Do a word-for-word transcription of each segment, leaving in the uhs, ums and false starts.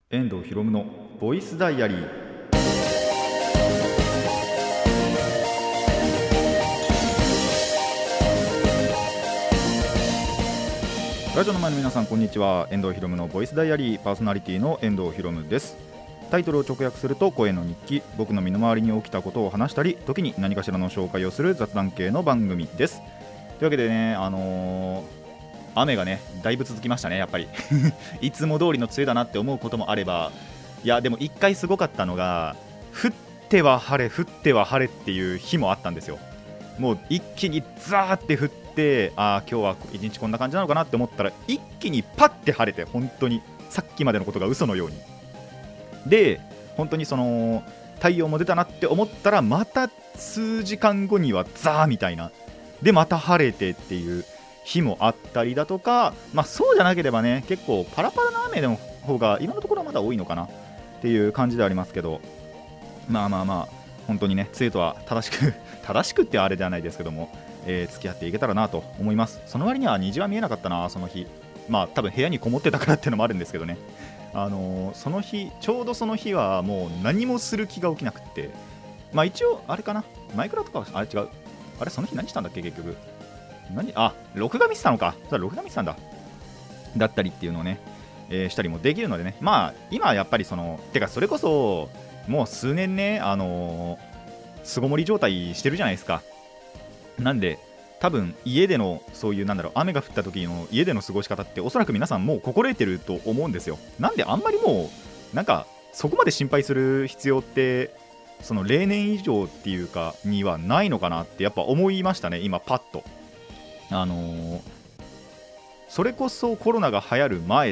遠藤ひろむのボイスダイアリー。ラジオの前の皆さん、こんにちは。遠藤ひろむのボイスダイアリーパーソナリティの遠藤ひろむです。タイトルを直訳すると声の日記。僕の身の回りに起きたことを話したり、時に何かしらの紹介をする雑談系の番組です。というわけでね、あのー雨がねだいぶ続きましたね。やっぱりいつも通りの梅雨だなって思うこともあれば、いやでも一回すごかったのが、降っては晴れ降っては晴れっていう日もあったんですよ。もう一気にザーって降って、あー今日は一日こんな感じなのかなって思ったら、一気にパッて晴れて、本当にさっきまでのことが嘘のようにで、本当にその太陽も出たなって思ったら、また数時間後にはザーみたいなでまた晴れてっていう日もあったりだとか、まあそうじゃなければね、結構パラパラな雨の方が今のところはまだ多いのかなっていう感じではありますけど、まあまあまあ本当にね、梅雨とは正しく正しくってあれではないですけども、えー、付き合っていけたらなと思います。その割には虹は見えなかったな、その日。まあ多分部屋にこもってたからっていうのもあるんですけどね、あのー、その日ちょうどその日はもう何もする気が起きなくって、まあ一応あれかな、マイクラとかはあれ違う、あれその日何したんだっけ結局。何あ録画見てたのか、それ録画見てたんだだったりっていうのをね、えー、したりもできるのでね、まあ今はやっぱりそのてかそれこそもう数年ね、あのー、巣ごもり状態してるじゃないですか。なんで多分家でのそういうなんだろう、雨が降った時の家での過ごし方っておそらく皆さんもう心得てると思うんですよ。なんであんまりもうなんかそこまで心配する必要ってその例年以上っていうかにはないのかなってやっぱ思いましたね、今パッと。あのー、それこそコロナが流行る前って、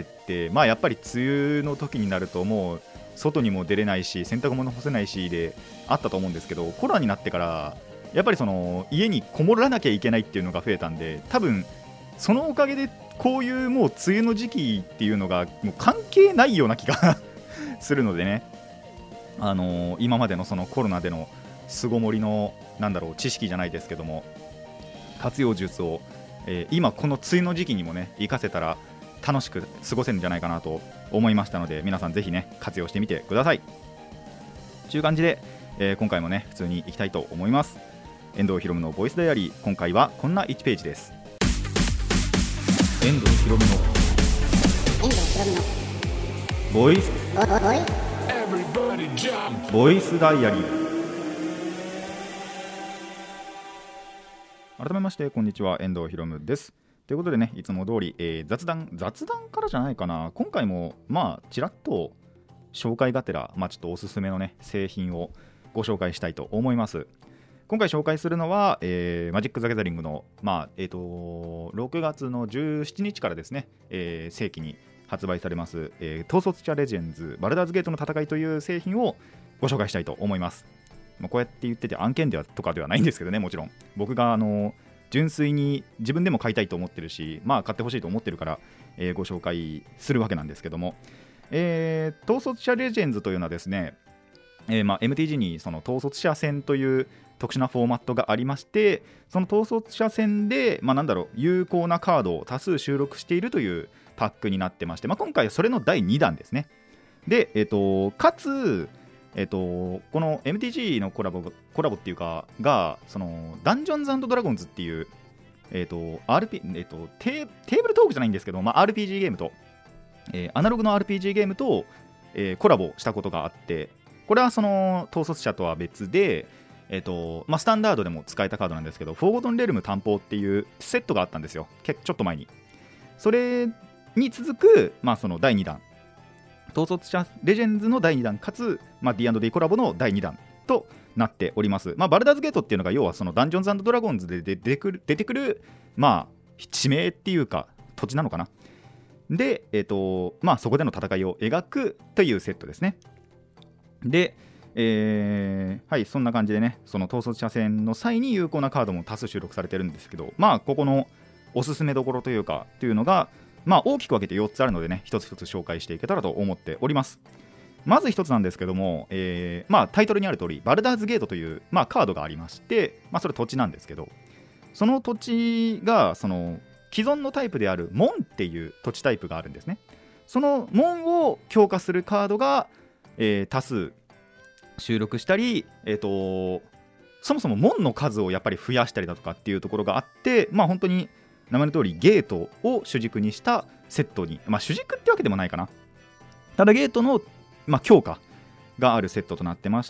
まあやっぱり梅雨の時になるともう外にも出れないし洗濯物干せないしであったと思うんですけど、コロナになってからやっぱりその家にこもらなきゃいけないっていうのが増えたんで、多分そのおかげでこういうもう梅雨の時期っていうのがもう関係ないような気がするのでね、あのー、今までのそのコロナでの巣ごもりのなんだろう知識じゃないですけども、活用術を、えー、今この梅雨の時期にもね活かせたら楽しく過ごせるんじゃないかなと思いましたので、皆さんぜひね活用してみてくださいという感じで、えー、今回もね普通にいきたいと思います。遠藤ひろむのボイスダイアリー、今回はこんないちページです。遠藤ひろむのボイスボイスダイアリー。改めましてこんにちは、遠藤ひろむです。ということでね、いつも通り、えー、雑談雑談からじゃないかな、今回もまあちらっと紹介がてら、まあちょっとおすすめのね製品をご紹介したいと思います。今回紹介するのは、えー、マジック・ザ・ギャザリングの、まあえー、とろくがつのじゅうしちにちからですね、えー、正規に発売されます、えー、統率者レジェンズバルダーズゲートの戦いという製品をご紹介したいと思います。まあ、こうやって言ってて案件ではとかではないんですけどね、もちろん僕があの純粋に自分でも買いたいと思ってるし、まあ買ってほしいと思ってるから、えー、ご紹介するわけなんですけども、えー、統率者レジェンズというのはですね、えーまあ、エムティージー にその統率者戦という特殊なフォーマットがありまして、その統率者戦で、まあ、なんだろう有効なカードを多数収録しているというパックになってまして、まあ、今回はそれのだいにだんですね。で、えーと、かつえっと、この エムティージー のコラボ、コラボっていうかがそのダンジョンズ&ドラゴンズっていう、えっと アールピーえっと、テー、テーブルトークじゃないんですけど、まあ、アールピージー ゲームと、えー、アナログの アールピージー ゲームと、えー、コラボしたことがあって、これはその統率者とは別で、えっとまあ、スタンダードでも使えたカードなんですけど、フォーゴトンレルム担保っていうセットがあったんですよ、ちょっと前に。それに続く、まあ、そのだいにだん、統率者レジェンズのだいにだんかつ、まあ、ディーアンドディー コラボのだいにだんとなっております。まあ、バルダーズゲートっていうのが要はそのダンジョンズ&ドラゴンズで出てくる、出てくる、まあ、地名っていうか土地なのかな。で、えーとまあ、そこでの戦いを描くというセットですね。で、えー、はい、そんな感じでね、その統率者戦の際に有効なカードも多数収録されてるんですけど、まあここのおすすめどころというかというのが、まあ、大きく分けてよっつあるのでね、一つ一つ紹介していけたらと思っております。まず一つなんですけども、えーまあ、タイトルにある通りバルダーズゲートという、まあ、カードがありまして、まあ、それ土地なんですけど、その土地がその既存のタイプである門っていう土地タイプがあるんですね。 その門を強化するカードが、えー、多数収録したり、えーとそもそも門の数をやっぱり増やしたりだとかっていうところがあって、まあ本当に名前の通りゲートを主軸にしたセットに、まあ主軸ってわけでもないかな。ただゲートの、まあ、強化があるセットとなってまして、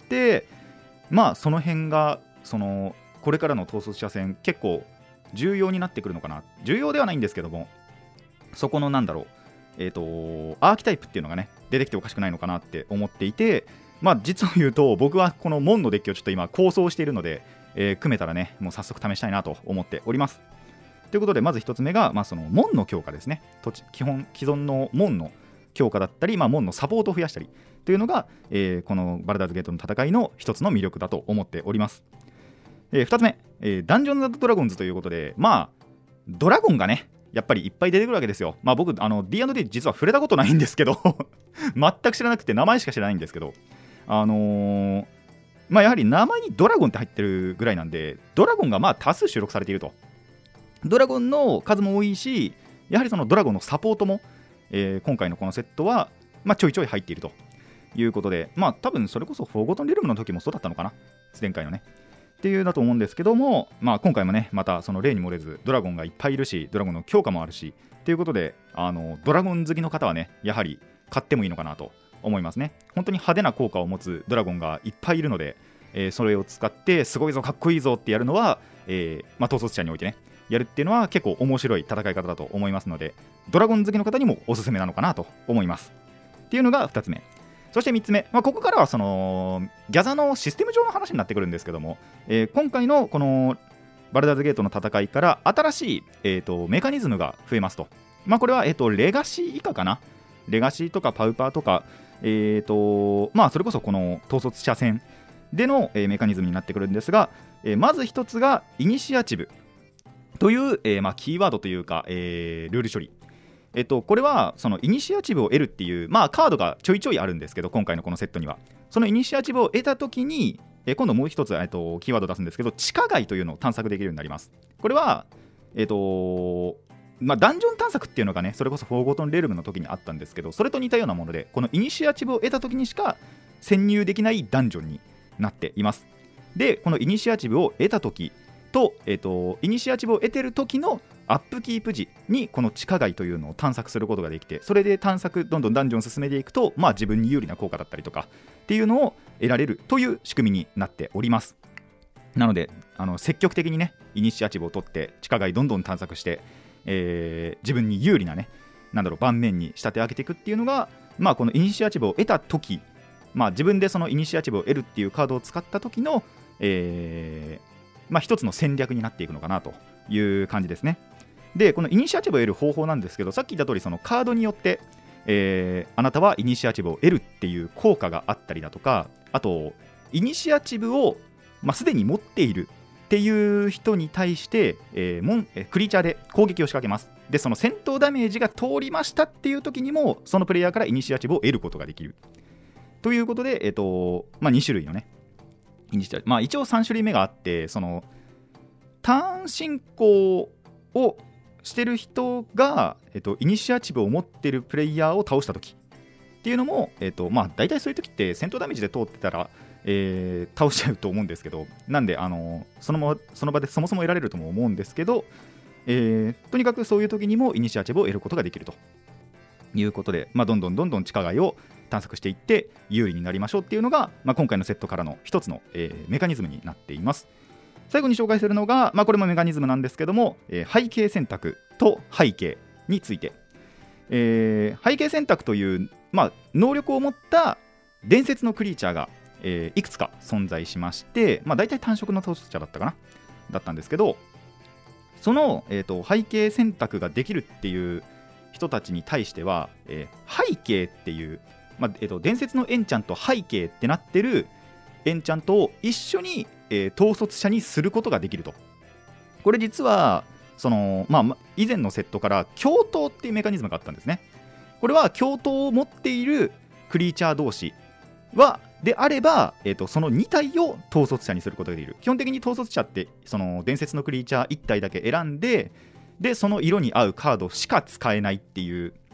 まあその辺がそのこれからの統率者戦結構重要になってくるのかな。重要ではないんですけども、そこのなんだろう、えーとアーキタイプっていうのがね出てきておかしくないのかなって思っていて、まあ実を言うと僕はこの門のデッキをちょっと今構想しているので、えー、組めたらねもう早速試したいなと思っております。ということでまず一つ目が、まあ、その門の強化ですね。土地基本既存の門の強化だったり、まあ、門のサポートを増やしたりというのが、えー、このバルダーズゲートの戦いの一つの魅力だと思っております。えー、ふたつめ、えー、ダンジョンズ&ドラゴンズということで、まあドラゴンがねやっぱりいっぱい出てくるわけですよ。まあ僕あの ディーアンドディー 実は触れたことないんですけど全く知らなくて名前しか知らないんですけど、あのー、まあやはり名前にドラゴンって入ってるぐらいなんで、ドラゴンがまあ多数収録されていると。ドラゴンの数も多いし、やはりそのドラゴンのサポートも、えー、今回のこのセットは、まあ、ちょいちょい入っているということで、まあ多分それこそフォーゴトンリルムの時もそうだったのかな、前回のねっていうだと思うんですけども、まあ今回もねまたその例に漏れずドラゴンがいっぱいいるし、ドラゴンの強化もあるしということで、あのドラゴン好きの方はねやはり買ってもいいのかなと思いますね。本当に派手な効果を持つドラゴンがいっぱいいるので、えー、それを使ってすごいぞかっこいいぞってやるのは、えーまあ、統率者においてねやるっていうのは結構面白い戦い方だと思いますので、ドラゴン好きの方にもおすすめなのかなと思いますっていうのがふたつめ。そしてみっつめ、まあ、ここからはそのギャザのシステム上の話になってくるんですけども、えー、今回のこのバルダーズゲートの戦いから新しい、えー、とメカニズムが増えますと。まあ、これは、えー、とレガシー以下かな。レガシーとかパウパーとか、えーとまあ、それこそこの統率者戦での、えー、メカニズムになってくるんですが、えー、まず一つがイニシアチブという、えーまあ、キーワードというか、えー、ルール処理。えっと、これはそのイニシアチブを得るっていう、まあ、カードがちょいちょいあるんですけど、今回のこのセットにはそのイニシアチブを得たときに、えー、今度もう一つ、えっと、キーワードを出すんですけど、地下街というのを探索できるようになります。これは、えっとまあ、ダンジョン探索っていうのがね、それこそフォーゴトンレルムの時にあったんですけど、それと似たようなもので、このイニシアチブを得た時にしか潜入できないダンジョンになっています。で、このイニシアチブを得た時と、えっと、イニシアチブを得てる時のアップキープ時にこの地下街というのを探索することができて、それで探索どんどんダンジョンを進めていくと、まあ、自分に有利な効果だったりとかっていうのを得られるという仕組みになっております。なのであの積極的にねイニシアチブを取って地下街どんどん探索して、えー、自分に有利なねなんだろう盤面に仕立て上げていくっていうのが、まあ、このイニシアチブを得た時、まあ、自分でそのイニシアチブを得るっていうカードを使った時の、えーまあ、一つの戦略になっていくのかなという感じですね。で、このイニシアチブを得る方法なんですけど、さっき言った通りそのカードによって、えー、あなたはイニシアチブを得るっていう効果があったりだとか、あとイニシアチブを、まあ、すでに持っているっていう人に対して、えー、モンえクリーチャーで攻撃を仕掛けます。で、その戦闘ダメージが通りましたっていう時にも、そのプレイヤーからイニシアチブを得ることができるということで、えーとまあ、に種類のねイニシアチブ、まあ、一応さん種類目があって、そのターン進行をしてる人が、えーと、イニシアチブを持ってるプレイヤーを倒した時っていうのも、えーとまあ、大体そういう時って戦闘ダメージで通ってたらえー、倒しちゃうと思うんですけど、なんであのそのままその場でそもそも得られるとも思うんですけど、えー、とにかくそういう時にもイニシアチブを得ることができるということで、まあ、どんどんどんどん地下街を探索していって有利になりましょうっていうのが、まあ、今回のセットからの一つの、えー、メカニズムになっています。最後に紹介するのが、まあ、これもメカニズムなんですけども、えー、背景選択と背景について、えー、背景選択という、まあ、能力を持った伝説のクリーチャーがえー、いくつか存在しまして、まあ、大体単色の統率者だったかなだったんですけど、その、えーと、背景選択ができるっていう人たちに対しては、えー、背景っていう、まあえーと、伝説のエンチャント背景ってなってるエンチャントを一緒に、えー、統率者にすることができると。これ実はその、まあ、以前のセットから共闘っていうメカニズムがあったんですね。これは共闘を持っているクリーチャー同士はであれば、えーと、そのに体を統率者にすることができる。基本的に統率者ってその伝説のクリーチャーいち体だけ選んで、でその色に合うカードしか使えないっていう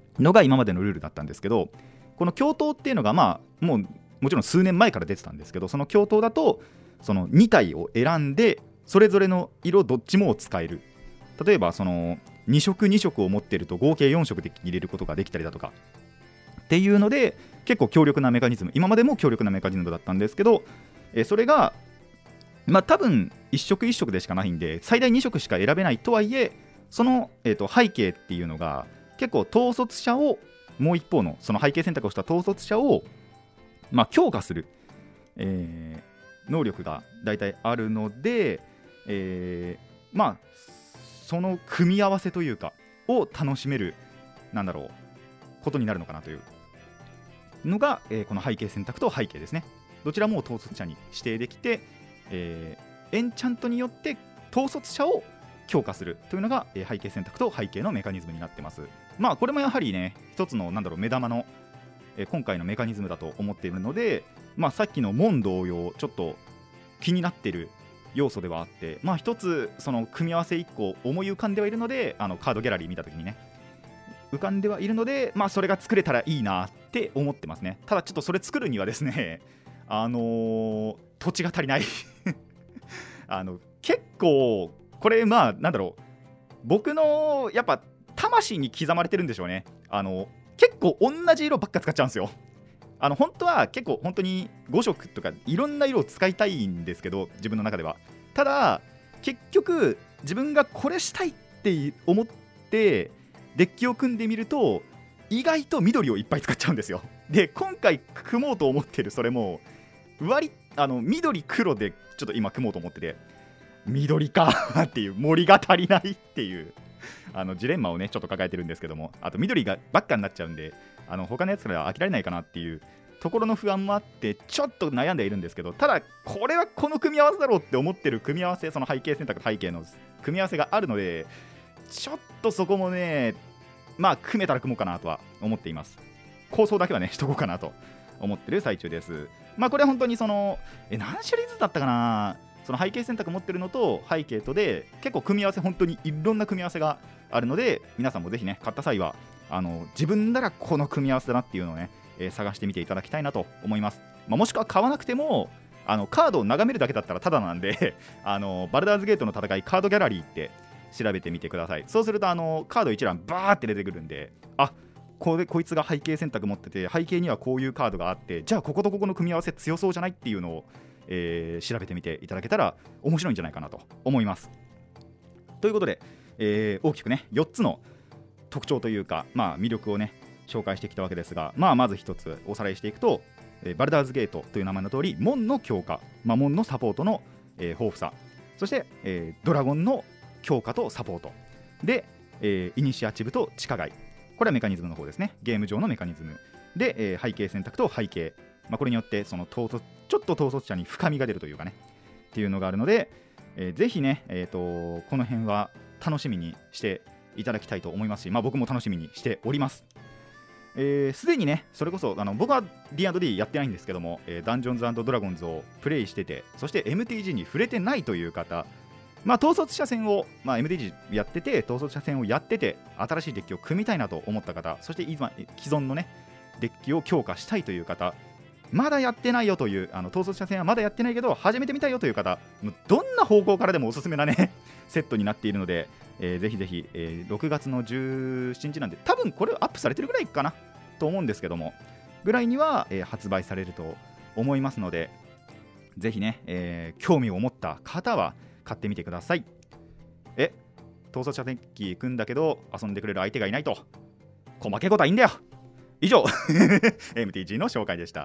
のが今までのルールだったんですけど、この共闘っていうのがまあもうもちろん数年前から出てたんですけど、その共闘だとそのに体を選んでそれぞれの色どっちもを使える。例えばそのに色に色を持っていると合計よん色で入れることができたりだとかっていうので、結構強力なメカニズム、今までも強力なメカニズムだったんですけど、えそれがまあ多分いっ色いっ色でしかないんで最大に色しか選べないとはいえ、その、えーと背景っていうのが結構統率者をもう一方のその背景選択をした統率者をまあ強化する、えー、能力が大体あるので、えー、まあその組み合わせというかを楽しめるなんだろうことになるのかなというのが、えー、この背景選択と背景ですね。どちらも統率者に指定できて、えー、エンチャントによって統率者を強化するというのが、えー、背景選択と背景のメカニズムになってます。まあこれもやはりね一つのなんだろう目玉の、えー、今回のメカニズムだと思っているので、まあさっきの門同様ちょっと気になっている要素ではあって、まあ一つその組み合わせいっこ思い浮かんではいるので、あのカードギャラリー見たときにね浮かんではいるので、まあそれが作れたらいいなって思ってますね。ただちょっとそれ作るにはですねあのー、土地が足りないあの結構これまあなんだろう僕のやっぱ魂に刻まれてるんでしょうね。あの結構同じ色ばっか使っちゃうんですよ。あの本当は結構本当にご色とかいろんな色を使いたいんですけど、自分の中では。ただ結局自分がこれしたいって思ってデッキを組んでみると意外と緑をいっぱい使っちゃうんですよ。で今回組もうと思ってるそれも割あの緑黒でちょっと今組もうと思ってて、緑かっていう森が足りないっていうあのジレンマをねちょっと抱えてるんですけども、あと緑がばっかになっちゃうんで、あの他のやつから飽きられないかなっていうところの不安もあってちょっと悩んでいるんですけど、ただこれはこの組み合わせだろうって思ってる組み合わせ、その背景選択背景の組み合わせがあるので、ちょっとそこもねまあ組めたら組もうかなとは思っています。構想だけはねしとこうかなと思ってる最中です。まあこれは本当にそのえ何種類ずつだったかな、その背景選択持ってるのと背景とで結構組み合わせ本当にいろんな組み合わせがあるので、皆さんもぜひね買った際はあの自分ならこの組み合わせだなっていうのをね、えー、探してみていただきたいなと思います。まあ、もしくは買わなくてもあのカードを眺めるだけだったらタダなんであのバルダーズゲートの戦いカードギャラリーって調べてみてください。そうするとあのカード一覧バーって出てくるんで、あこれこいつが背景選択持ってて背景にはこういうカードがあって、じゃあこことここの組み合わせ強そうじゃないっていうのを、えー、調べてみていただけたら面白いんじゃないかなと思います。ということで、えー、大きくねよっつの特徴というか、まあ、魅力をね紹介してきたわけですが、まあ、まず一つおさらいしていくと、えー、バルダーズゲートという名前の通り門の強化、まあ、門のサポートの、えー、豊富さ、そして、えー、ドラゴンの強化とサポートで、えー、イニシアチブと地下街、これはメカニズムの方ですね。ゲーム上のメカニズムで、えー、背景選択と背景、まあ、これによってその統率ちょっと統率者に深みが出るというかねっていうのがあるので、えー、ぜひね、えーと、この辺は楽しみにしていただきたいと思いますし、まあ、僕も楽しみにしております。すで、えー、にねそれこそあの僕は ディーアンドディー やってないんですけども、えー、ダンジョンズ&ドラゴンズをプレイしてて、そして エムティージー に触れてないという方、まあ、統率者戦を、まあ、エムティージー やってて統率者戦をやってて新しいデッキを組みたいなと思った方、そして今既存のねデッキを強化したいという方、まだやってないよというあの統率者戦はまだやってないけど始めてみたいよという方、もうどんな方向からでもおすすめなねセットになっているので、えー、ぜひぜひ、えー、ろくがつのじゅうしちにちなんで多分これアップされてるぐらいかなと思うんですけども、ぐらいには、えー、発売されると思いますので、ぜひね、えー、興味を持った方は買ってみてください。え統率者デッキ組んだけど遊んでくれる相手がいないと細けことはいいんだよ。以上エムティージー の紹介でした。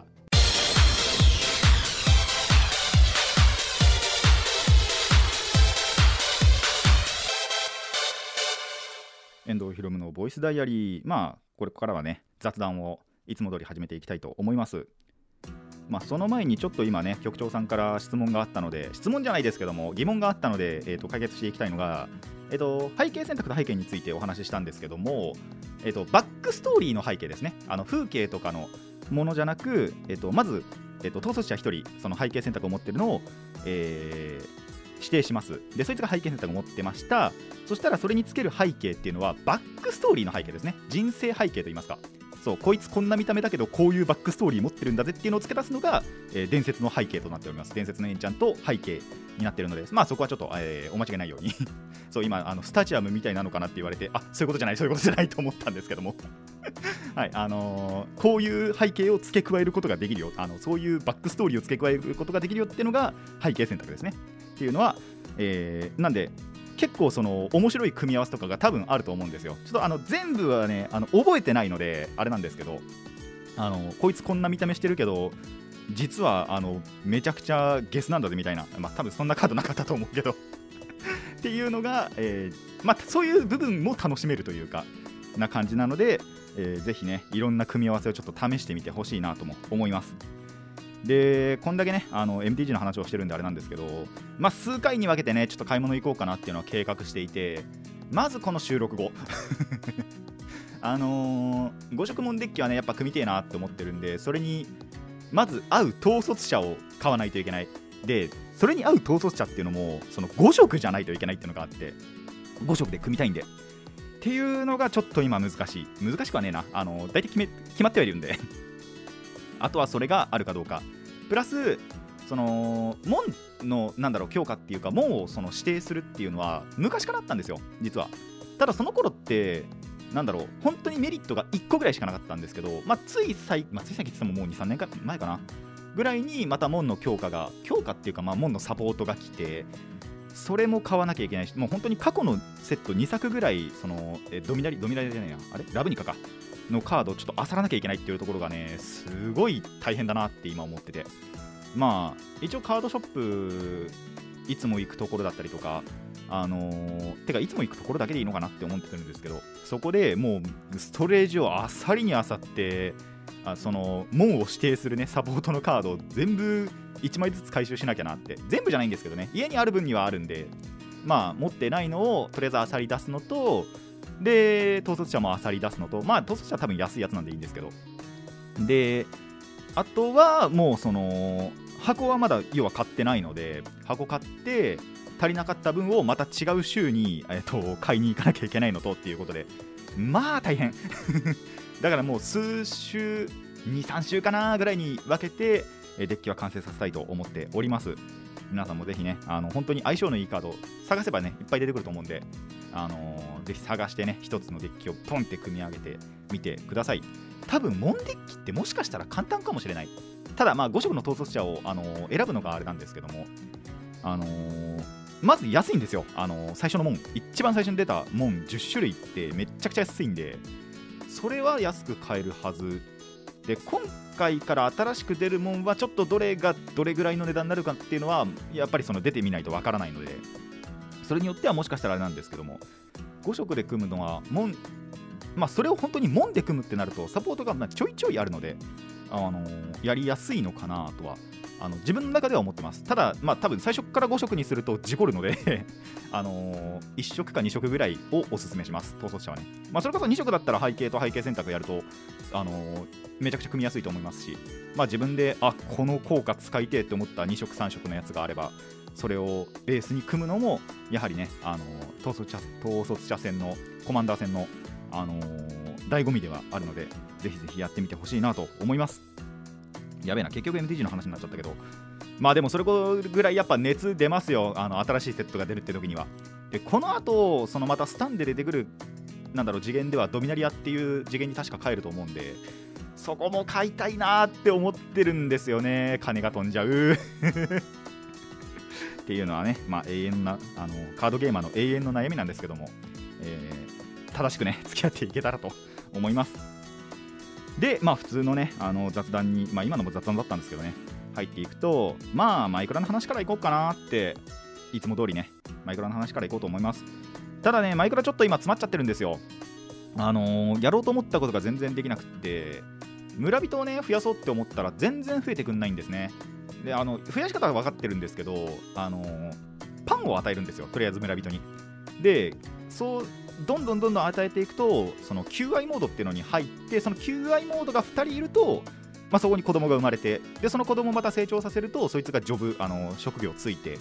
遠藤ひろむのボイスダイアリー、まあこれからはね雑談をいつも通り始めていきたいと思います。まあその前にちょっと今ね局長さんから質問があったので、質問じゃないですけども疑問があったので、えー、と解決していきたいのが、えー、と背景選択と背景についてお話ししたんですけども、えー、とバックストーリーの背景ですね、あの風景とかのものじゃなく、えー、とまず、えー、と統率者ひとりその背景選択を持っているのを、えー、 指定します。でそいつが背景選択を持ってました。そしたらそれにつける背景っていうのはバックストーリーの背景ですね。人生背景といいますか、そうこいつこんな見た目だけどこういうバックストーリー持ってるんだぜっていうのを付け出すのが、えー、伝説の背景となっております。伝説のエンチャント背景になってるので、まあそこはちょっと、えー、お間違いないようにそう今あのスタジアムみたいなのかなって言われて、あそういうことじゃないそういうことじゃないと思ったんですけどもはい、あのー、こういう背景を付け加えることができるよ、あのそういうバックストーリーを付け加えることができるよっていうのが背景選択ですね。っていうのは、えー、なんで結構その面白い組み合わせとかが多分あると思うんですよ。ちょっとあの全部はねあの覚えてないのであれなんですけど、あのこいつこんな見た目してるけど実はあのめちゃくちゃゲスなんだぜみたいな、まあ多分そんなカードなかったと思うけどっていうのが、えーまあ、そういう部分も楽しめるというかな感じなので、えー、ぜひねいろんな組み合わせをちょっと試してみてほしいなとも思います。でこんだけねあの エムティージー の話をしてるんであれなんですけど、まあ数回に分けてねちょっと買い物行こうかなっていうのは計画していて、まずこの収録後あのー、五色門デッキはねやっぱ組みてえなって思ってるんで、それにまず合う統率者を買わないといけない。でそれに合う統率者っていうのもそのご色じゃないといけないっていうのがあって、ご色で組みたいんでっていうのがちょっと今難しい難しくはねえな、あのー、大体決め決まってはいるんであとはそれがあるかどうか、プラスその門のなんだろう強化っていうか門をその指定するっていうのは昔からあったんですよ実は。ただその頃ってなんだろう本当にメリットがいっこぐらいしかなかったんですけど、まあ、つい最、まあ、つい最近って言ってももう にさんねんかまえかなぐらいにまた門の強化が強化っていうかまあ門のサポートが来て、それも買わなきゃいけないし、もう本当に過去のセットにさくぐらいそのえドミナリドミナリじゃないやあれラブニカかのカードをちょっと漁らなきゃいけないっていうところがねすごい大変だなって今思ってて、まあ一応カードショップいつも行くところだったりとかあのー、てかいつも行くところだけでいいのかなって思ってるんですけど、そこでもうストレージをあさりにあさってあその門を指定するねサポートのカードを全部いちまいずつ回収しなきゃなって、全部じゃないんですけどね家にある分にはあるんで、まあ持ってないのをとりあえずあさり出すのと、で統率者もあさり出すのと、まあ統率者は多分安いやつなんでいいんですけど、であとはもうその箱はまだ要は買ってないので箱買って足りなかった分をまた違う週に、えっと、買いに行かなきゃいけないのとっていうことでまあ大変だからもう数週 にさん週かなぐらいに分けてデッキは完成させたいと思っております。皆さんもぜひねあの本当に相性のいいカード探せばねいっぱい出てくると思うんで、あのー、ぜひ探してね一つのデッキをポンって組み上げてみてください。多分モンデッキってもしかしたら簡単かもしれない。ただまあご色の統率者を、あのー、選ぶのがあれなんですけども、あのー、まず安いんですよ。あのー、最初の門一番最初に出た門じゅっしゅるいってめっちゃくちゃ安いんで、それは安く買えるはずで、今回から新しく出る門はちょっとどれがどれぐらいの値段になるかっていうのはやっぱりその出てみないとわからないので、それによってはもしかしたらあれなんですけども、ご色で組むのは門、まあそれを本当に門で組むってなるとサポートがまあちょいちょいあるので、あのー、やりやすいのかなとはあの自分の中では思ってます。ただまあ多分最初からご色にすると事故るのであのー、いっ色かに色ぐらいをおすすめします、統率者はね。まあそれこそに色だったら背景と背景選択やると、あのー、めちゃくちゃ組みやすいと思いますし、まあ自分であこの効果使いてえって思ったに色さん色のやつがあればそれをベースに組むのもやはりね、あのー、統率者統率者戦のコマンダー戦の、あのー、醍醐味ではあるので、ぜひぜひやってみてほしいなと思います。やべえな、結局 エムティージー の話になっちゃったけど、まあでもそれぐらいやっぱ熱出ますよ、あの新しいセットが出るって時には。でこの後そのまたスタンで出てくるなんだろう次元ではドミナリアっていう次元に確か帰ると思うんで、そこも買いたいなーって思ってるんですよね。金が飛んじゃうっていうのはね、まあ永遠なあのカードゲーマーの永遠の悩みなんですけども、えー、正しくね付き合っていけたらと思います。でまあ普通のねあの雑談に、まあ今のも雑談だったんですけどね、入っていくと、まあマイクラの話からいこうかなっていつも通りねマイクラの話からいこうと思います。ただねマイクラちょっと今詰まっちゃってるんですよ。あのー、やろうと思ったことが全然できなくって、村人をね増やそうって思ったら全然増えてくんないんですね。であの増やし方は分かってるんですけど、あのー、パンを与えるんですよ、とりあえず村人に。でそうどんどんどんどん与えていくと、その求愛モードっていうのに入って、その求愛モードがふたりいると、まあ、そこに子供が生まれて、でその子供をまた成長させるとそいつがジョブあの職業ついて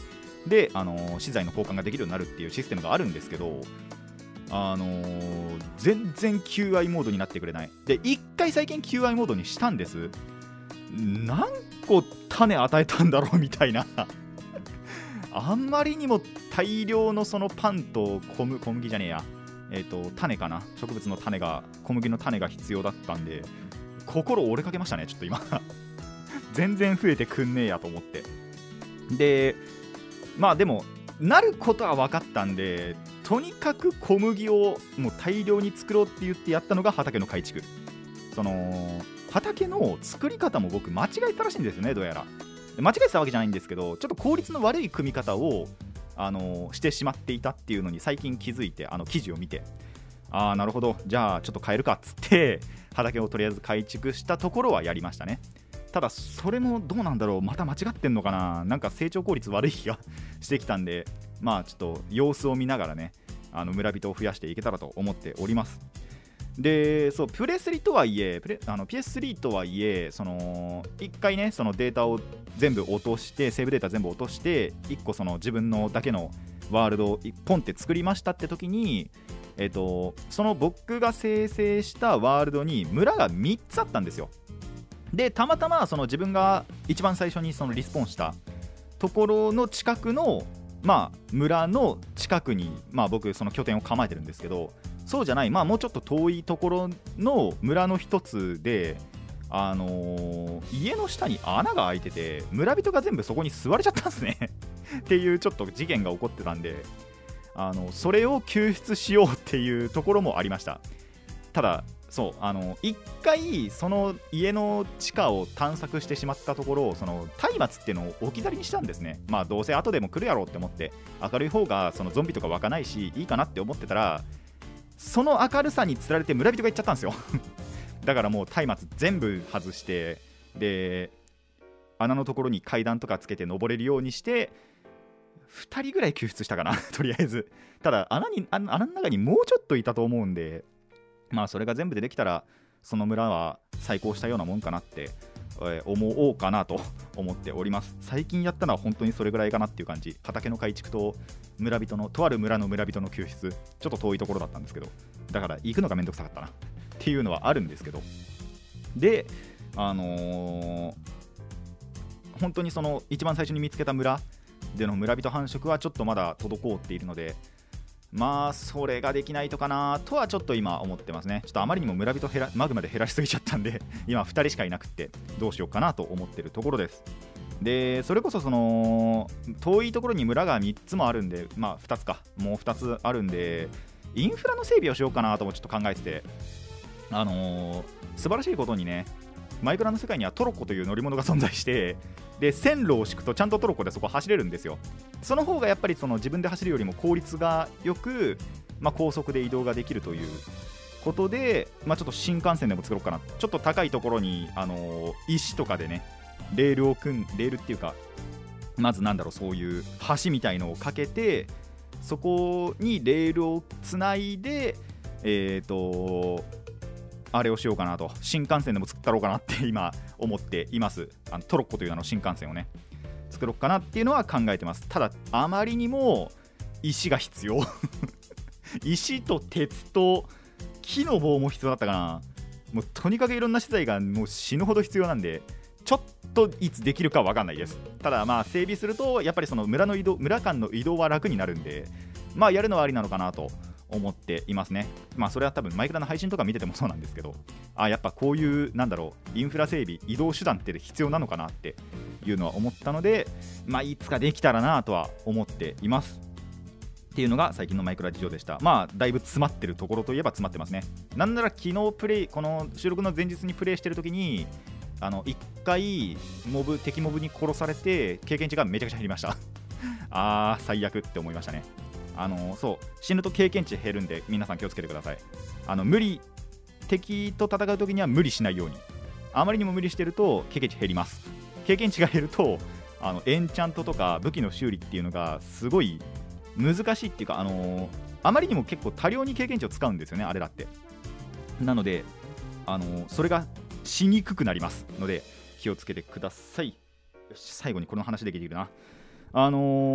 で、あのー資材の交換ができるようになるっていうシステムがあるんですけど、あのー全然 キューアイ モードになってくれない。で、一回最近 キューアイ モードにしたんです。何個種与えたんだろうみたいなあんまりにも大量のそのパンと小麦、小麦じゃねえや、えっと種かな、植物の種が、小麦の種が必要だったんで、心折れかけましたね、ちょっと今全然増えてくんねえやと思って。で、まあでもなることは分かったんで、とにかく小麦をもう大量に作ろうって言ってやったのが畑の改築。その畑の作り方も僕間違えたらしいんですよね、どうやら。間違えてたわけじゃないんですけど、ちょっと効率の悪い組み方をあのしてしまっていたっていうのに最近気づいて、あの記事を見て、ああなるほど、じゃあちょっと変えるかっつって畑をとりあえず改築したところはやりましたね。ただそれもどうなんだろう、また間違ってんのかな、なんか成長効率悪い気がしてきたんで、まあちょっと様子を見ながらね、あの村人を増やしていけたらと思っております。で、そうプレスリとはいえプレあの ピーエススリー とはいえ、そのいっかいね、そのデータを全部落として、セーブデータ全部落として、いっこその自分のだけのワールドをポンって作りましたって時に、えっとその僕が生成したワールドに村がみっつあったんですよ。で、たまたまその自分が一番最初にそのリスポーンしたところの近くの、まあ、村の近くに、まあ、僕その拠点を構えてるんですけど、そうじゃない、まあ、もうちょっと遠いところの村の一つで、あのー家の下に穴が開いてて、村人が全部そこに座れちゃったんですねっていうちょっと事件が起こってたんで、あのそれを救出しようっていうところもありました。ただそうあの一回その家の地下を探索してしまったところ、その松明っていうのを置き去りにしたんですね。まあどうせ後でも来るやろうって思って、明るい方がそのゾンビとか湧かないしいいかなって思ってたら、その明るさにつられて村人が行っちゃったんですよだからもう松明全部外して、で穴のところに階段とかつけて登れるようにしてふたりぐらい救出したかなとりあえず。ただ穴に穴の中にもうちょっといたと思うんで、まあそれが全部でできたらその村は再興したようなもんかなって、えー、思おうかなと思っております。最近やったのは本当にそれぐらいかなっていう感じ。畑の改築と村人のとある村の村人の救出、ちょっと遠いところだったんですけど、だから行くのがめんどくさかったなっていうのはあるんですけど、であのー、本当にその一番最初に見つけた村での村人繁殖はちょっとまだ滞っているので、まあそれができないとかなとはちょっと今思ってますね。ちょっとあまりにも村人減らマグマで減らしすぎちゃったんで今ふたりしかいなくってどうしようかなと思ってるところです。でそれこそその遠いところに村がみっつもあるんで、まあふたつか、もうふたつあるんで、インフラの整備をしようかなともちょっと考えてて、あのー、素晴らしいことにね、マイクラの世界にはトロッコという乗り物が存在して、で線路を敷くとちゃんとトロッコでそこ走れるんですよ。その方がやっぱりその自分で走るよりも効率がよく、まあ、高速で移動ができるということで、まあ、ちょっと新幹線でも作ろうかな。ちょっと高いところに、あのー、石とかでねレールを組んレールっていうか、まずなんだろう、そういう橋みたいのをかけて、そこにレールをつないで、えっとあれをしようかなと、新幹線でも作ったろうかなって今思っています。あのトロッコという名の新幹線をね作ろうかなっていうのは考えてます。ただあまりにも石が必要石と鉄と木の棒も必要だったかな。もうとにかくいろんな資材がもう死ぬほど必要なんで、ちょっといつできるか分かんないです。ただまあ整備するとやっぱりその村の移動村間の移動は楽になるんで、まあやるのはありなのかなと思っていますね。まあそれは多分マイクラの配信とか見ててもそうなんですけど、あやっぱこういうなんだろう、インフラ整備、移動手段って必要なのかなっていうのは思ったので、まあいつかできたらなとは思っていますっていうのが最近のマイクラ事情でした。まあだいぶ詰まってるところといえば詰まってますね。なんなら昨日プレイこの収録の前日にプレイしてる時に、あのいっかいモブ敵モブに殺されて経験値がめちゃくちゃ減りましたあー最悪って思いましたね。あのそう死ぬと経験値減るんで皆さん気をつけてください。あの無理敵と戦う時には無理しないように。あまりにも無理してると経験値減ります。経験値が減るとあのエンチャントとか武器の修理っていうのがすごい難しいっていうか、あのあまりにも結構多量に経験値を使うんですよね、あれだって。なのであのそれがしにくくなりますので気をつけてください。よし、最後にこの話できているな。あのー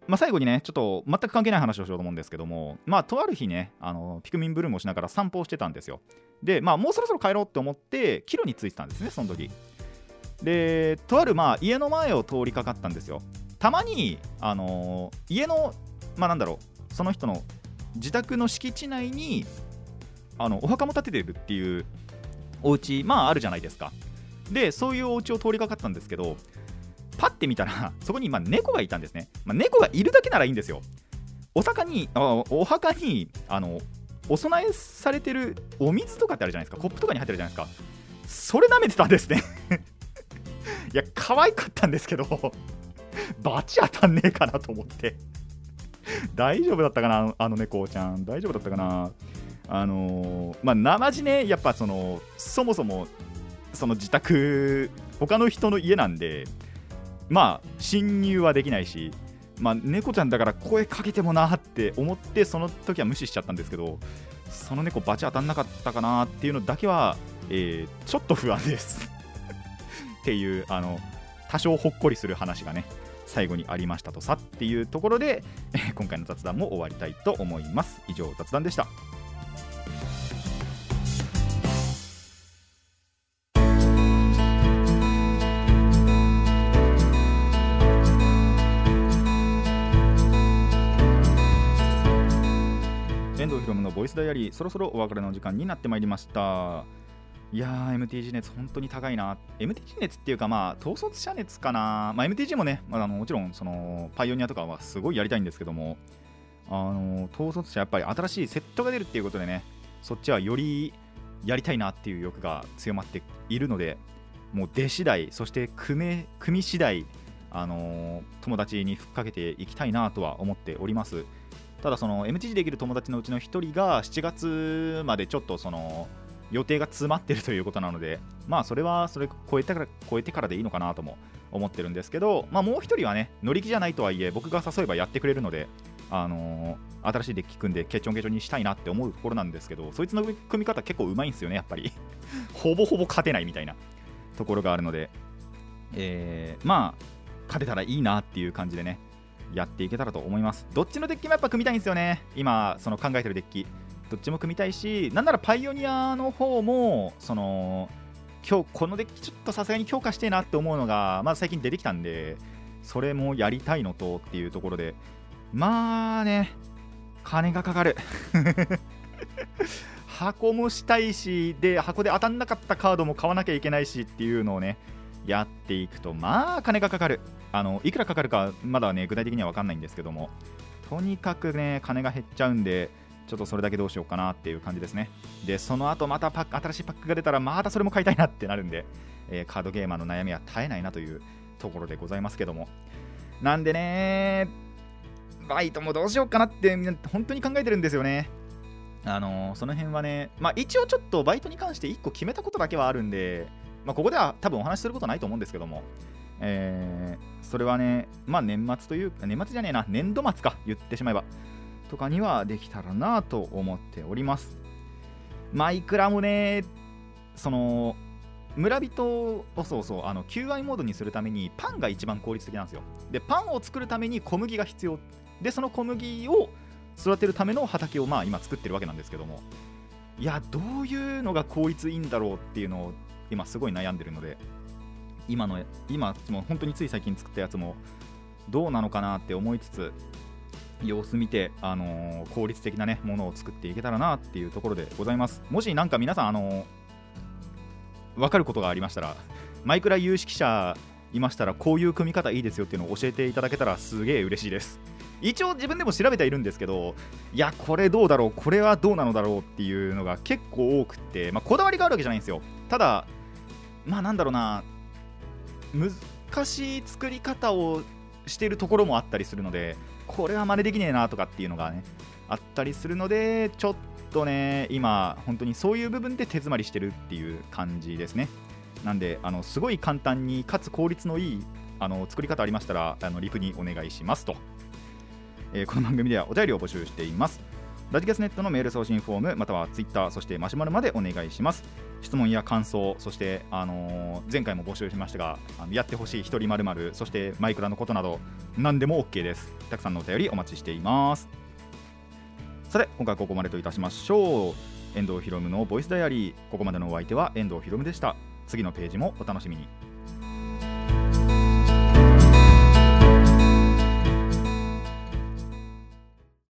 まあ、最後にねちょっと全く関係ない話をしようと思うんですけども、まあとある日ねあのピクミンブルームをしながら散歩をしてたんですよ。でまあもうそろそろ帰ろうって思って帰路に着いてたんですねその時で。とあるまあ家の前を通りかかったんですよ。たまにあのー家のまあなんだろうその人の自宅の敷地内にあのお墓も建ててるっていうお家まああるじゃないですか。でそういうお家を通りかかったんですけど、パッて見たらそこにまあ猫がいたんですね。まあ、猫がいるだけならいいんですよ。お墓にあお墓にあのお供えされてるお水とかってあるじゃないですか、コップとかに入ってるじゃないですか。それ舐めてたんですねいや可愛かったんですけどバチ当たんねえかなと思って大丈夫だったかなあの猫ちゃん、大丈夫だったかな。あのー、まあ生地ねやっぱそのそもそもその自宅他の人の家なんでまあ侵入はできないし、まあ猫ちゃんだから声かけてもなって思ってその時は無視しちゃったんですけど、その猫バチ当たんなかったかなっていうのだけは、えー、ちょっと不安ですっていうあの多少ほっこりする話がね最後にありましたとさっていうところで今回の雑談も終わりたいと思います。以上雑談でした。遠藤ひろむのボイスダイアリー、そろそろお別れの時間になってまいりました。いやー エムティージー 熱本当に高いな。 エムティージー 熱っていうかまあ統率者熱かな。まあ エムティージー もね、まあ、あのもちろんそのパイオニアとかはすごいやりたいんですけども、あの統率者やっぱり新しいセットが出るっていうことでね、そっちはよりやりたいなっていう欲が強まっているので、もう出次第そして組め組次第あの友達にふっかけていきたいなとは思っております。ただその エムティージー できる友達のうちのひとりがしちがつまでちょっとその予定が詰まってるということなので、まあそれはそれ超えてから超えてからでいいのかなとも思ってるんですけど、まあもうひとりはね乗り気じゃないとはいえ僕が誘えばやってくれるので、あのー、新しいデッキ組んでケチョンケチョンにしたいなって思うところなんですけど、そいつの組み方結構うまいんですよねやっぱりほぼほぼ勝てないみたいなところがあるので、えー、まあ勝てたらいいなっていう感じでねやっていけたらと思います。どっちのデッキもやっぱ組みたいんですよね。今その考えてるデッキどっちも組みたいし、なんならパイオニアの方もその今日このデッキちょっとさすがに強化してえなって思うのがまだ最近出てきたんで、それもやりたいのとっていうところで、まあね金がかかる箱もしたいし、で箱で当たんなかったカードも買わなきゃいけないしっていうのをねやっていくとまあ金がかかる。あのいくらかかるかまだね具体的には分かんないんですけども、とにかくね金が減っちゃうんでちょっとそれだけどうしようかなっていう感じですね。でその後またパック新しいパックが出たらまたそれも買いたいなってなるんで、えー、カードゲーマーの悩みは絶えないなというところでございますけども、なんでねバイトもどうしようかなって本当に考えてるんですよね。あのー、その辺はね、まあ一応ちょっとバイトに関していっこ決めたことだけはあるんで、まあ、ここでは多分お話しすることないと思うんですけども、えー、それはねまあ年末というか年末じゃねえな年度末か言ってしまえばとかにはできたらなと思っております。まあいくらもねその村人をそうそうあの求愛モードにするためにパンが一番効率的なんですよ。でパンを作るために小麦が必要で、その小麦を育てるための畑をまあ今作ってるわけなんですけども、いやどういうのが効率いいんだろうっていうのを今すごい悩んでるので、今の今も本当につい最近作ったやつもどうなのかなって思いつつ様子見て、あのー、効率的な、ね、ものを作っていけたらなっていうところでございます。もしなんか皆さん、あのー、分かることがありましたら、マイクラ有識者いましたらこういう組み方いいですよっていうのを教えていただけたらすげえ嬉しいです。一応自分でも調べてはいるんですけど、いやこれどうだろうこれはどうなのだろうっていうのが結構多くって、まあ、こだわりがあるわけじゃないんですよ。ただまあなんだろうな難しい作り方をしているところもあったりするので、これは真似できねえなとかっていうのがねあったりするので、ちょっとね今本当にそういう部分で手詰まりしてるっていう感じですね。なんであのすごい簡単にかつ効率のいいあの作り方ありましたらあのリプにお願いしますと、えー、この番組ではお便りを募集しています。ラジキャスネットのメール送信フォームまたはツイッターそしてマシュマロまでお願いします。 質問や感想、そして、あのー前回も募集しましたが、あのやってほしい一人〇〇、そしてマイクラのことなど何でも OK です。たくさんのお便りお待ちしています。さて今回はここまでといたしましょう。遠藤ひろむのボイスダイアリー、ここまでのお相手は遠藤ひろむでした。次のページもお楽しみに。